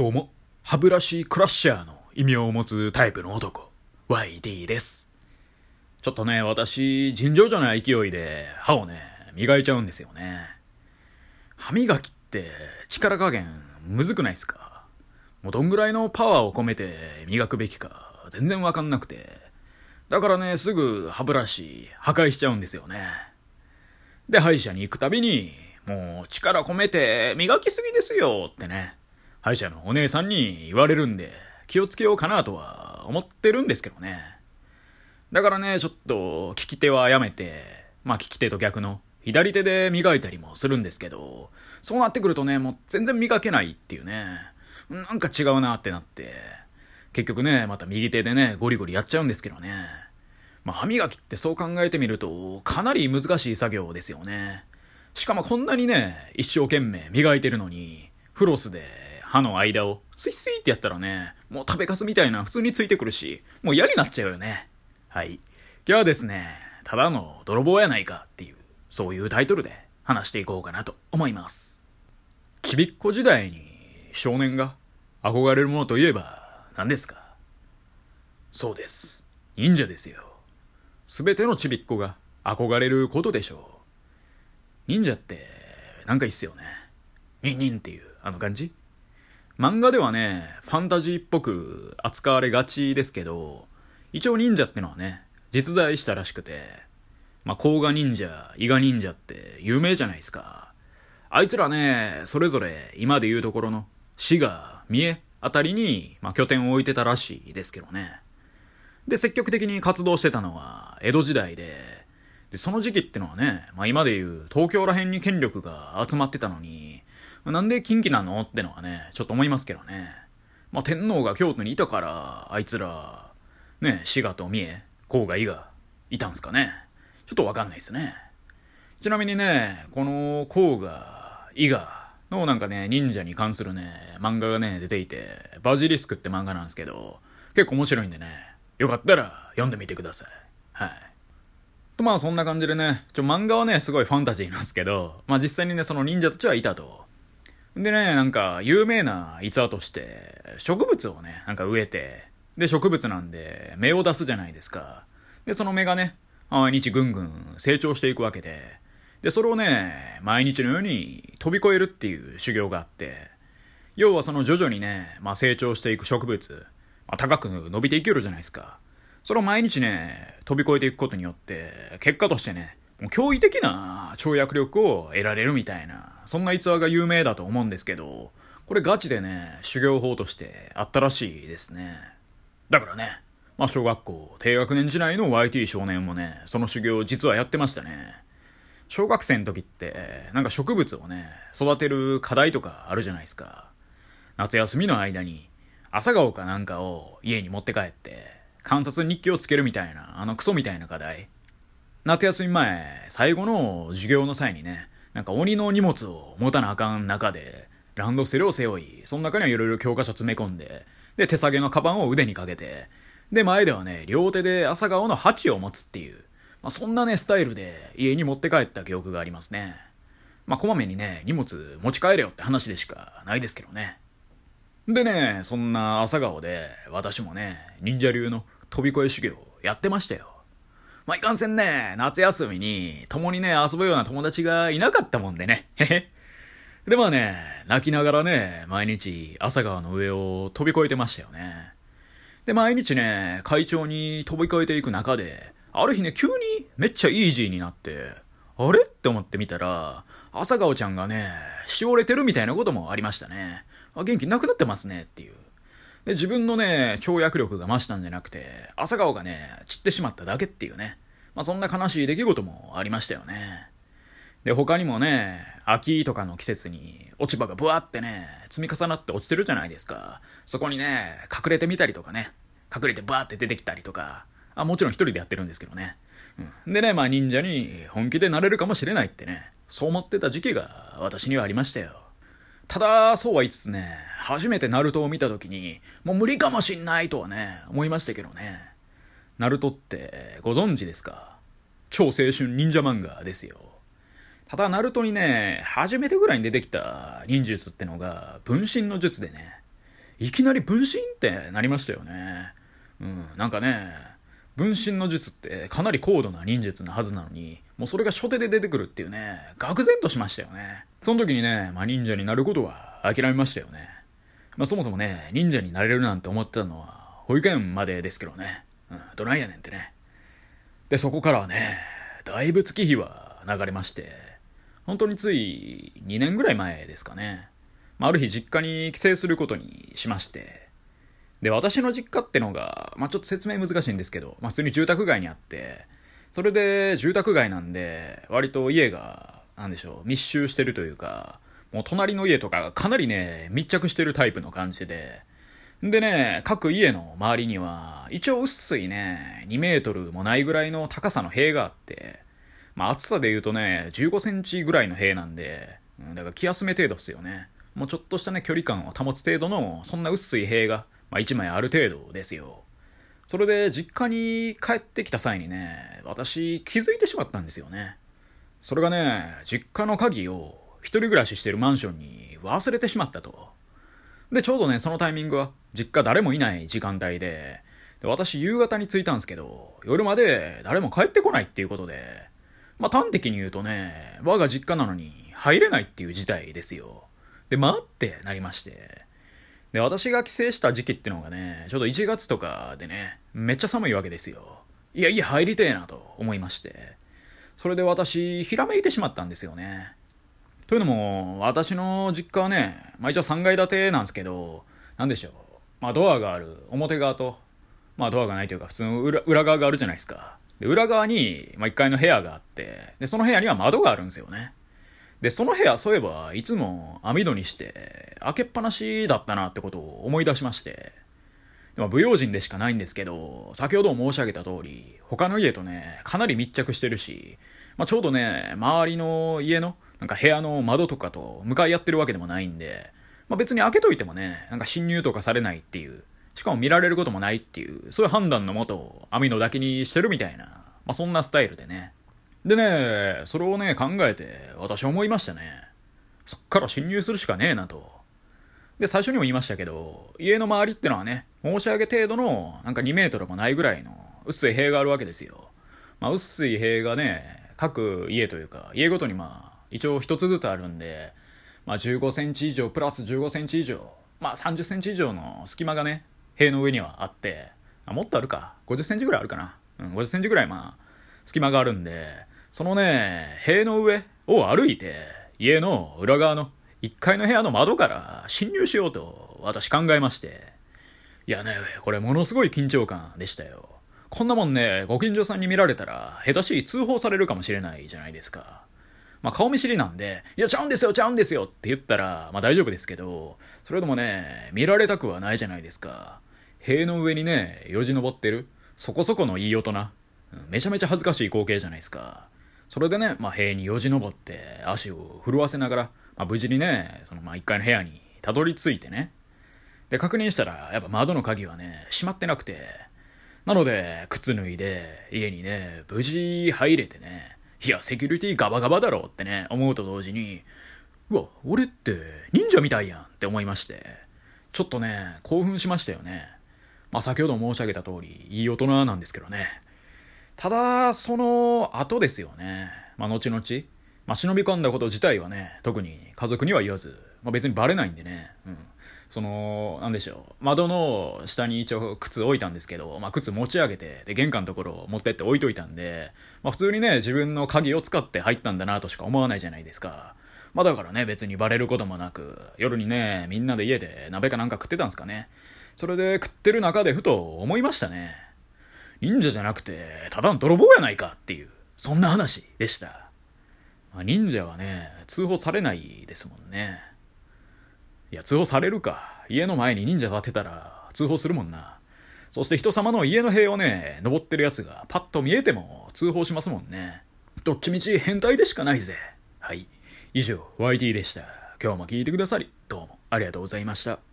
どうも、歯ブラシクラッシャーの異名を持つタイプの男、YD です。ちょっとね、私、尋常じゃない勢いで歯をね、磨いちゃうんですよね。歯磨きって力加減むずくないですか？もうどんぐらいのパワーを込めて磨くべきか全然わかんなくて。だからね、すぐ歯ブラシ破壊しちゃうんですよね。で、歯医者に行くたびに、もう力込めて磨きすぎですよってね、歯医者のお姉さんに言われるんで、気をつけようかなとは思ってるんですけどね。だからね、ちょっと利き手はやめて、利き手と逆の左手で磨いたりもするんですけど、そうなってくるとね、もう全然磨けないっていうね、なんか違うなってなって、結局ね、また右手でね、ゴリゴリやっちゃうんですけどね。歯磨きってそう考えてみると、かなり難しい作業ですよね。しかもこんなにね、一生懸命磨いてるのに、フロスで歯の間をスイスイってやったらね、もう食べかすみたいな普通についてくるし、もう嫌になっちゃうよね。はい。今日はですね、ただの泥棒やないかっていう、そういうタイトルで話していこうかなと思います。ちびっこ時代に少年が憧れるものといえば何ですか？そうです。忍者ですよ。すべてのちびっこが憧れることでしょう。忍者ってなんかいいっすよね。ニンニンっていうあの感じ。漫画ではね、ファンタジーっぽく扱われがちですけど、一応忍者ってのはね、実在したらしくて、甲賀忍者、伊賀忍者って有名じゃないですか。あいつらね、それぞれ今でいうところの滋賀、三重あたりに、拠点を置いてたらしいですけどね。で、積極的に活動してたのは江戸時代で、その時期ってのはね、今でいう東京ら辺に権力が集まってたのに、なんで近畿なのってのはね、ちょっと思いますけどね。天皇が京都にいたから、あいつら、ね、滋賀と三重、甲賀伊賀、いたんすかね。ちょっとわかんないですね。ちなみにね、この甲賀、伊賀のなんかね、忍者に関するね、漫画がね、出ていて、バジリスクって漫画なんですけど、結構面白いんでね、よかったら読んでみてください。はい。とそんな感じでね、漫画はね、すごいファンタジーなんですけど、実際にね、その忍者たちはいたと。でね、なんか、有名な逸話として、植物をね、なんか植えて、で、植物なんで、芽を出すじゃないですか。で、その芽がね、毎日ぐんぐん成長していくわけで、で、それをね、毎日のように飛び越えるっていう修行があって、要はその徐々にね、成長していく植物、高く伸びていけるじゃないですか。それを毎日ね、飛び越えていくことによって、結果としてね、驚異的な跳躍力を得られるみたいな、そんな逸話が有名だと思うんですけど、これガチでね、修行法としてあったらしいですね。だからね、小学校低学年時代の YT 少年もね、その修行実はやってましたね。小学生の時って、なんか植物をね、育てる課題とかあるじゃないですか。夏休みの間に、朝顔かなんかを家に持って帰って、観察日記をつけるみたいな、クソみたいな課題。夏休み前、最後の授業の際にね、なんか鬼の荷物を持たなあかん中で、ランドセルを背負い、その中にはいろいろ教科書詰め込んで、で、手提げのカバンを腕にかけて、で、前ではね、両手で朝顔の鉢を持つっていう、そんなね、スタイルで家に持って帰った記憶がありますね。こまめにね、荷物持ち帰れよって話でしかないですけどね。でね、そんな朝顔で、私もね、忍者流の飛び越え修行やってましたよ。いかんせんね、夏休みに共にね、遊ぶような友達がいなかったもんでね。へへ。でね、泣きながらね、毎日朝川の上を飛び越えてましたよね。で、毎日ね、快調に飛び越えていく中で、ある日ね、急にめっちゃイージーになって、あれって思ってみたら、朝顔ちゃんがね、しおれてるみたいなこともありましたね。元気なくなってますねっていう。で、自分のね、跳躍力が増したんじゃなくて、朝顔がね、散ってしまっただけっていうね。そんな悲しい出来事もありましたよね。で、他にもね、秋とかの季節に落ち葉がブワーってね、積み重なって落ちてるじゃないですか。そこにね、隠れてみたりとかね、隠れてバーって出てきたりとか、もちろん一人でやってるんですけどね。でね、忍者に本気でなれるかもしれないってね、そう思ってた時期が私にはありましたよ。ただ、そうは言いつつね、初めてナルトを見た時に、もう無理かもしんないとはね、思いましたけどね。ナルトってご存知ですか？超青春忍者漫画ですよ。ただ、ナルトにね、初めてぐらいに出てきた忍術ってのが分身の術でね、 いきなり分身ってなりましたよね。なんかね、分身の術ってかなり高度な忍術なはずなのに、もうそれが初手で出てくるっていうね、愕然としましたよね。その時にね、忍者になることは諦めましたよね。そもそもね、忍者になれるなんて思ってたのは、保育園までですけどね。どないやねんってね。で、そこからはね、だいぶ月日は流れまして、本当につい2年ぐらい前ですかね。ある日実家に帰省することにしまして、で、私の実家ってのが、ちょっと説明難しいんですけど、普通に住宅街にあって、それで住宅街なんで、割と家が、密集してるというか、もう隣の家とかがかなりね、密着してるタイプの感じで、でね、各家の周りには、一応薄いね、2メートルもないぐらいの高さの塀があって、厚さで言うとね、15センチぐらいの塀なんで、だから気休め程度っすよね。もうちょっとしたね、距離感を保つ程度の、そんな薄い塀が、1枚ある程度ですよ。それで実家に帰ってきた際にね、私気づいてしまったんですよね。それがね、実家の鍵を一人暮らししてるマンションに忘れてしまったと。で、ちょうどね、そのタイミングは実家誰もいない時間帯で、私夕方に着いたんですけど、夜まで誰も帰ってこないっていうことで、端的に言うとね、我が実家なのに入れないっていう事態ですよ。で、ってなりまして。で、私が帰省した時期ってのがね、ちょうど1月とかでね、めっちゃ寒いわけですよ。いや、家入りてえなと思いまして。それで私、ひらめいてしまったんですよね。というのも、私の実家はね、一応3階建てなんですけど、ドアがある表側と、ドアがないというか、普通の裏側があるじゃないですか。で、裏側に、1階の部屋があって、で、その部屋には窓があるんですよね。で、その部屋、そういえば、いつも網戸にして、開けっぱなしだったなってことを思い出しまして。で、不用心でしかないんですけど、先ほど申し上げた通り、他の家とね、かなり密着してるし、ちょうどね、周りの家の、部屋の窓とかと向かい合ってるわけでもないんで、別に開けといてもね、侵入とかされないっていう、しかも見られることもないっていう、そういう判断のもと、網戸だけにしてるみたいな、そんなスタイルでね。でね、それをね、考えて、私思いましたね。そっから侵入するしかねえなと。で、最初にも言いましたけど、家の周りってのはね、申し上げ程度の、2メートルもないぐらいの、薄い塀があるわけですよ。薄い塀がね、各家というか、家ごとに一応一つずつあるんで、15センチ以上、プラス15センチ以上、30センチ以上の隙間がね、塀の上にはあって、もっとあるか、50センチぐらいあるかな。50センチぐらい隙間があるんで、そのね、塀の上を歩いて、家の裏側の1階の部屋の窓から侵入しようと私考えまして。いやね、これものすごい緊張感でしたよ。こんなもんね、ご近所さんに見られたら、下手しい通報されるかもしれないじゃないですか。顔見知りなんで、いや、ちゃうんですよって言ったら、大丈夫ですけど、それでもね、見られたくはないじゃないですか。塀の上にね、よじ登ってる、そこそこのいい大人。めちゃめちゃ恥ずかしい光景じゃないですか。それでね、塀によじ登って足を震わせながら、無事にね、その1階の部屋にたどり着いてね。で、確認したら、やっぱ窓の鍵はね、閉まってなくて。なので、靴脱いで、家にね、無事入れてね。いや、セキュリティガバガバだろってね、思うと同時に、うわ、俺って忍者みたいやんって思いまして。ちょっとね、興奮しましたよね。先ほど申し上げた通り、いい大人なんですけどね。ただ、その後ですよね。後々、忍び込んだこと自体はね、特に家族には言わず、別にバレないんでね。窓の下に一応靴置いたんですけど、靴持ち上げて、で、玄関のところを持ってって置いといたんで、普通にね、自分の鍵を使って入ったんだなとしか思わないじゃないですか。だからね、別にバレることもなく、夜にね、みんなで家で鍋かなんか食ってたんですかね。それで食ってる中でふと思いましたね。忍者じゃなくて、ただの泥棒やないかっていう、そんな話でした。忍者はね、通報されないですもんね。いや、通報されるか。家の前に忍者立てたら通報するもんな。そして人様の家の塀をね、登ってるやつがパッと見えても通報しますもんね。どっちみち変態でしかないぜ。はい。以上、YT でした。今日も聞いてくださり、どうもありがとうございました。